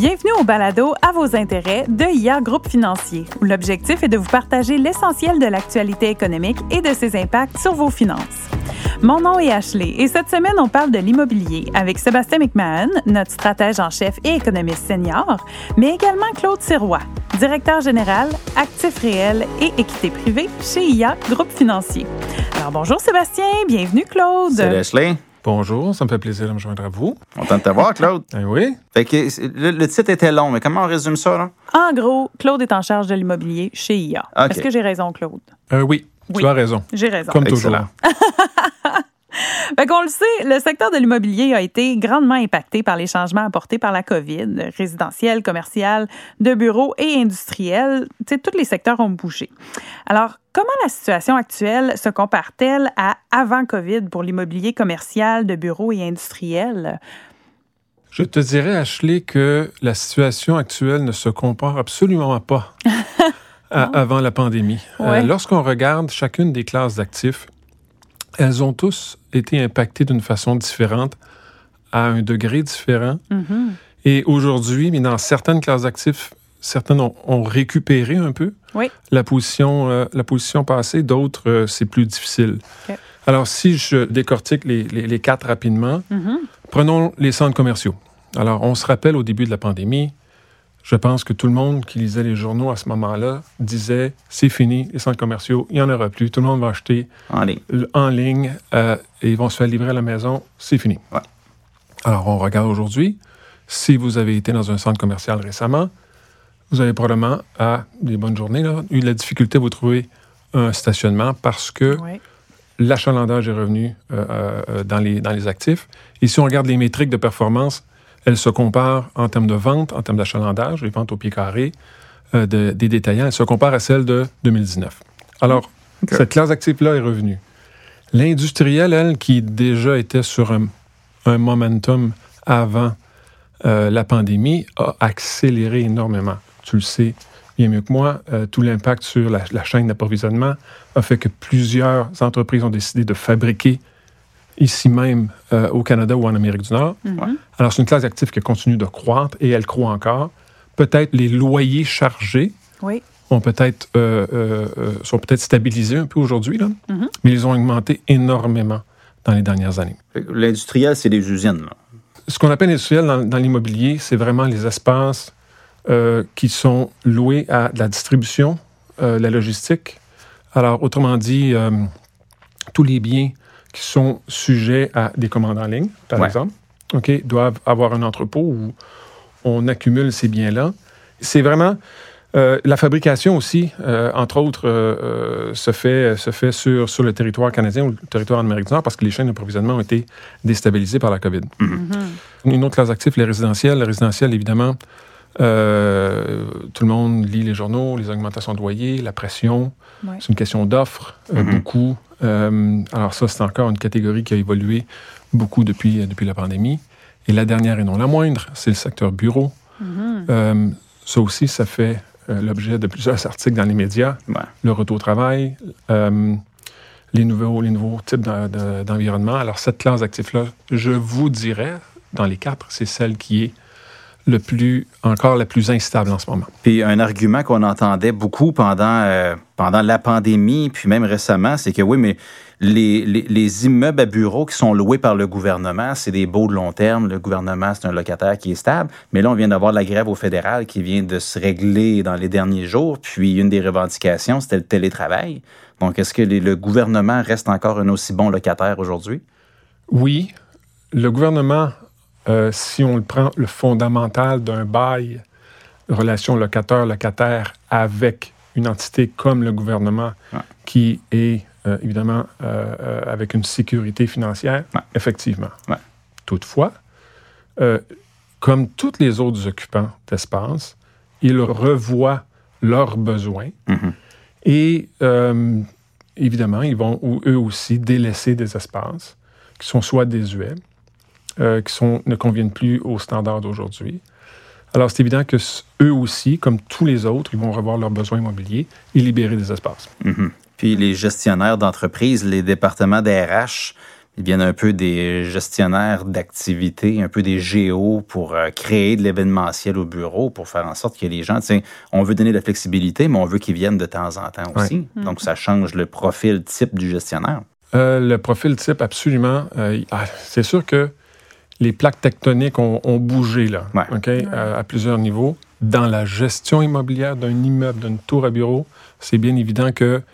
Bienvenue au balado À vos intérêts de IA Groupe Financier, où l'objectif est de vous partager l'essentiel de l'actualité économique et de ses impacts sur vos finances. Mon nom est Ashley et cette semaine, on parle de l'immobilier avec Sébastien McMahon, notre stratège en chef et économiste senior, mais également Claude Sirois, directeur général, actifs réels et équité privée chez IA Groupe Financier. Alors bonjour Sébastien, bienvenue Claude. Salut Ashley. Bonjour, ça me fait plaisir de me joindre à vous. Content de te voir, Claude. Oui. Fait que le titre était long, mais comment on résume ça, là? En gros, Claude est en charge de l'immobilier chez IA. Okay. Est-ce que j'ai raison, Claude? Oui, tu as raison. J'ai raison. Comme Excellent. toujours. Fait qu'on le sait, le secteur de l'immobilier a été grandement impacté par les changements apportés par la COVID, résidentiel, commercial, de bureaux et industriel. Tu sais, tous les secteurs ont bougé. Alors, comment la situation actuelle se compare-t-elle à avant COVID pour l'immobilier commercial, de bureaux et industriel? Je te dirais, Ashley, que la situation actuelle ne se compare absolument pas avant la pandémie. Ouais. Lorsqu'on regarde chacune des classes d'actifs, elles ont tous été impactées d'une façon différente, à un degré différent. Mm-hmm. Et aujourd'hui, mais dans certaines classes d'actifs, certaines ont récupéré un peu la position passée, d'autres, c'est plus difficile. Okay. Alors, si je décortique les quatre rapidement, prenons les centres commerciaux. Alors, on se rappelle au début de la pandémie, je pense que tout le monde qui lisait les journaux à ce moment-là disait « c'est fini, les centres commerciaux, il n'y en aura plus, tout le monde va acheter en ligne et ils vont se faire livrer à la maison, c'est fini. Ouais. » Alors, on regarde aujourd'hui, si vous avez été dans un centre commercial récemment, vous avez probablement, à des bonnes journées, là, eu de la difficulté à vous trouver un stationnement parce que l'achalandage est revenu dans les actifs. Et si on regarde les métriques de performance, elles se comparent en termes de vente, en termes d'achalandage, les ventes au pied carré des détaillants, elles se comparent à celles de 2019. Alors, cette classe d'actifs-là est revenue. L'industriel, elle, qui déjà était sur un momentum avant la pandémie, a accéléré énormément. Tu le sais bien mieux que moi, tout l'impact sur la chaîne d'approvisionnement a fait que plusieurs entreprises ont décidé de fabriquer ici même au Canada ou en Amérique du Nord. Mm-hmm. Alors, c'est une classe d'actifs qui continue de croître et elle croît encore. Peut-être les loyers chargés sont peut-être stabilisés un peu aujourd'hui, là, mais ils ont augmenté énormément dans les dernières années. L'industriel, c'est des usines, là. Ce qu'on appelle industriel dans l'immobilier, c'est vraiment les espaces qui sont loués à de la distribution, la logistique. Alors, autrement dit, tous les biens qui sont sujets à des commandes en ligne, par exemple, doivent avoir un entrepôt où on accumule ces biens-là. C'est vraiment... la fabrication aussi, entre autres, se fait sur le territoire canadien ou le territoire en Amérique du Nord parce que les chaînes d'approvisionnement ont été déstabilisées par la COVID. Une autre classe d'actifs, les résidentiels. Le résidentiel, évidemment, tout le monde lit les journaux, les augmentations de loyer, la pression. C'est une question d'offres, beaucoup. Alors ça, c'est encore une catégorie qui a évolué beaucoup depuis la pandémie. Et la dernière et non la moindre, c'est le secteur bureau. Ça aussi, ça fait l'objet de plusieurs articles dans les médias. Le retour au travail, les nouveaux types d'environnement. Alors cette classe d'actifs-là, je vous dirais, dans les quatre, c'est celle qui est la plus instable en ce moment. Puis un argument qu'on entendait beaucoup pendant la pandémie, puis même récemment, c'est que oui, mais les immeubles à bureaux qui sont loués par le gouvernement, c'est des baux de long terme. Le gouvernement, c'est un locataire qui est stable. Mais là, on vient d'avoir la grève au fédéral qui vient de se régler dans les derniers jours. Puis une des revendications, c'était le télétravail. Donc, est-ce que le gouvernement reste encore un aussi bon locataire aujourd'hui? Oui. Le gouvernement... si on le prend, le fondamental d'un bail, relation locataire avec une entité comme le gouvernement, qui est évidemment avec une sécurité financière, effectivement. Toutefois, comme tous les autres occupants d'espace, ils revoient leurs besoins et évidemment, ils vont eux aussi délaisser des espaces qui sont soit désuets, ne conviennent plus aux standards d'aujourd'hui. Alors, c'est évident que eux aussi, comme tous les autres, ils vont revoir leurs besoins immobiliers et libérer des espaces. Puis les gestionnaires d'entreprise, les départements d'RH, ils viennent un peu des gestionnaires d'activités, un peu des géos pour créer de l'événementiel au bureau, pour faire en sorte que les gens, on veut donner de la flexibilité, mais on veut qu'ils viennent de temps en temps aussi. Ouais. Donc, ça change le profil type du gestionnaire. Le profil type, absolument. C'est sûr que les plaques tectoniques ont bougé, là, ouais. Okay? Ouais. À plusieurs niveaux. Dans la gestion immobilière d'un immeuble, d'une tour à bureau, c'est bien évident que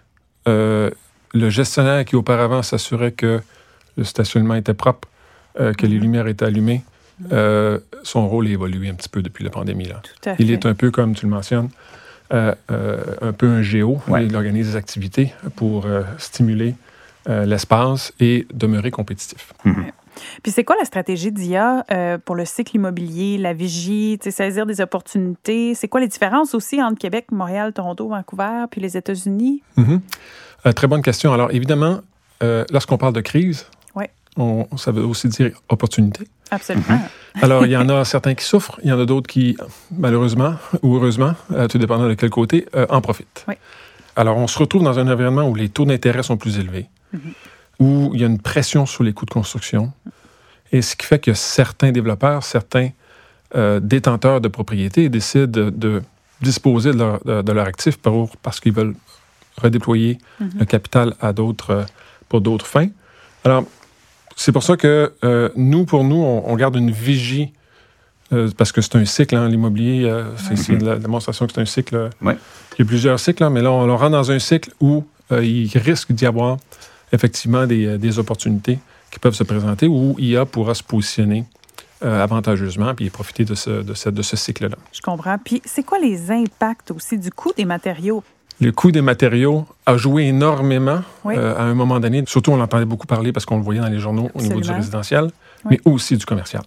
le gestionnaire qui auparavant s'assurait que le stationnement était propre, que les lumières étaient allumées, son rôle a évolué un petit peu depuis la pandémie. Là. Tout à fait. Il est un peu, comme tu le mentionnes, un peu un géo. Ouais. Il organise des activités pour stimuler l'espace et demeurer compétitif. Ouais. Puis c'est quoi la stratégie d'IA pour le cycle immobilier, la vigie, saisir des opportunités? C'est quoi les différences aussi entre Québec, Montréal, Toronto, Vancouver, puis les États-Unis? Très bonne question. Alors évidemment, lorsqu'on parle de crise, ouais. Ça veut aussi dire opportunité. Absolument. Alors il y en a certains qui souffrent, il y en a d'autres qui, malheureusement ou heureusement, tout dépendant de quel côté, en profitent. Oui. Alors on se retrouve dans un environnement où les taux d'intérêt sont plus élevés. Où il y a une pression sur les coûts de construction, et ce qui fait que certains développeurs, certains détenteurs de propriétés décident de disposer de leur actif parce qu'ils veulent redéployer le capital pour d'autres fins. Alors, c'est pour ça que pour nous, on garde une vigie, parce que c'est un cycle, hein, l'immobilier, c'est la démonstration que c'est un cycle. Ouais. Il y a plusieurs cycles, hein, mais là, on rentre dans un cycle où il risque d'y avoir effectivement des opportunités qui peuvent se présenter où IA pourra se positionner avantageusement puis profiter de ce cycle-là. Je comprends. Puis, c'est quoi les impacts aussi du coût des matériaux? Le coût des matériaux a joué énormément à un moment donné. Surtout, on l'entendait beaucoup parler parce qu'on le voyait dans les journaux au niveau du résidentiel, mais aussi du commercial.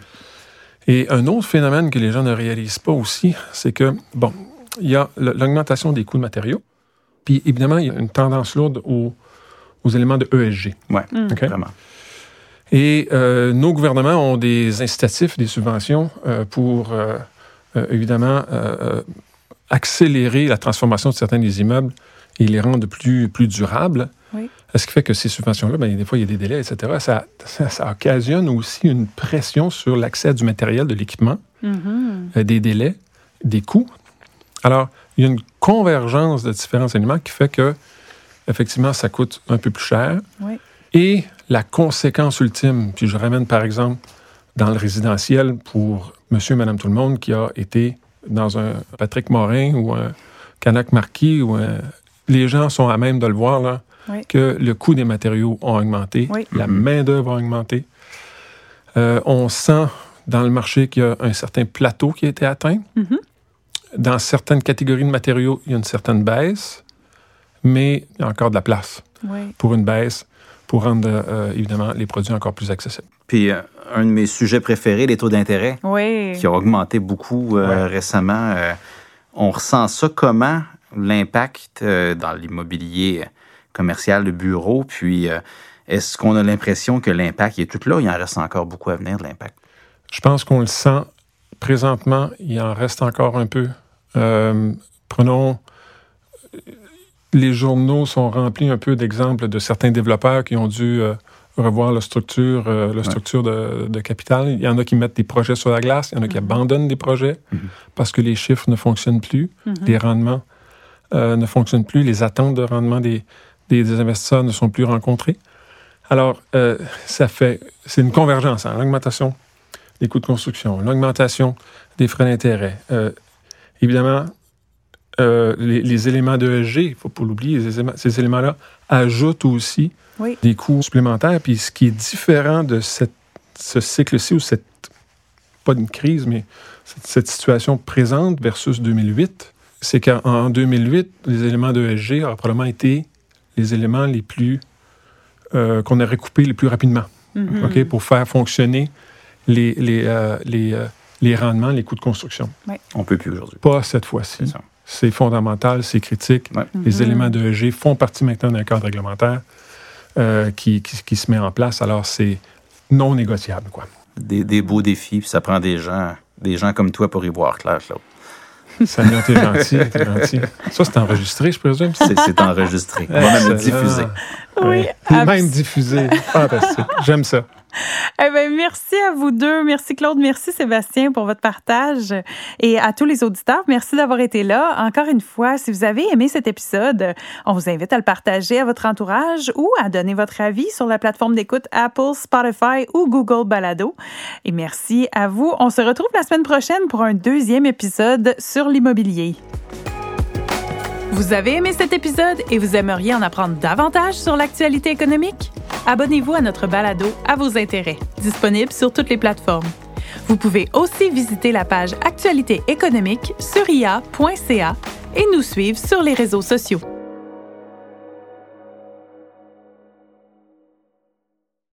Et un autre phénomène que les gens ne réalisent pas aussi, c'est que, il y a l'augmentation des coûts de matériaux. Puis, évidemment, il y a une tendance lourde aux éléments de ESG. Oui, okay? Vraiment. Et nos gouvernements ont des incitatifs, des subventions pour, évidemment, accélérer la transformation de certains des immeubles et les rendre plus durables. Oui. Ce qui fait que ces subventions-là, des fois, il y a des délais, etc. Ça occasionne aussi une pression sur l'accès à du matériel, de l'équipement, des délais, des coûts. Alors, il y a une convergence de différents éléments qui fait que effectivement, ça coûte un peu plus cher. Oui. Et la conséquence ultime, puis je ramène par exemple dans le résidentiel pour monsieur et madame tout le monde qui a été dans un Patrick Morin ou un Canac Marquis, les gens sont à même de le voir, là, que le coût des matériaux a augmenté, la main-d'œuvre a augmenté. On sent dans le marché qu'il y a un certain plateau qui a été atteint. Dans certaines catégories de matériaux, il y a une certaine baisse. Mais il y a encore de la place pour une baisse, pour rendre, évidemment, les produits encore plus accessibles. Puis, un de mes sujets préférés, les taux d'intérêt, qui ont augmenté beaucoup récemment. On ressent ça comment, l'impact dans l'immobilier commercial, de bureau? Puis, est-ce qu'on a l'impression que l'impact est tout là? Il en reste encore beaucoup à venir de l'impact? Je pense qu'on le sent. Présentement, il en reste encore un peu. Prenons... Les journaux sont remplis un peu d'exemples de certains développeurs qui ont dû revoir la structure de capital. Il y en a qui mettent des projets sur la glace, il y en a qui abandonnent des projets parce que les chiffres ne fonctionnent plus, les rendements ne fonctionnent plus, les attentes de rendement des investisseurs ne sont plus rencontrées. Alors, c'est une convergence, hein, l'augmentation des coûts de construction, l'augmentation des frais d'intérêt. Évidemment, les éléments de ESG, il ne faut pas l'oublier, ces éléments-là ajoutent aussi des coûts supplémentaires. Puis ce qui est différent de ce cycle-ci, ou pas une crise, mais cette situation présente versus 2008, c'est qu'en 2008, les éléments de ESG auraient probablement été les éléments les plus qu'on aurait coupés les plus rapidement, pour faire fonctionner les rendements, les coûts de construction. On ne peut plus aujourd'hui. Pas cette fois-ci. C'est fondamental, c'est critique. Les éléments de ESG font partie maintenant d'un cadre réglementaire qui se met en place. Alors, c'est non négociable, quoi. Des beaux défis, puis ça prend des gens comme toi pour y voir clair, Claude. Samuel, t'es gentil, t'es gentil. Ça, c'est enregistré, je présume? C'est enregistré. On va même le diffuser. Oui, même diffusé. Fantastique. J'aime ça. Eh bien, merci à vous deux. Merci Claude, merci Sébastien pour votre partage. Et à tous les auditeurs, merci d'avoir été là. Encore une fois, si vous avez aimé cet épisode, on vous invite à le partager à votre entourage ou à donner votre avis sur la plateforme d'écoute Apple, Spotify ou Google Balado. Et merci à vous. On se retrouve la semaine prochaine pour un 2e épisode sur l'immobilier. Vous avez aimé cet épisode et vous aimeriez en apprendre davantage sur l'actualité économique? Abonnez-vous à notre balado à vos intérêts, disponible sur toutes les plateformes. Vous pouvez aussi visiter la page Actualité économique sur ia.ca et nous suivre sur les réseaux sociaux.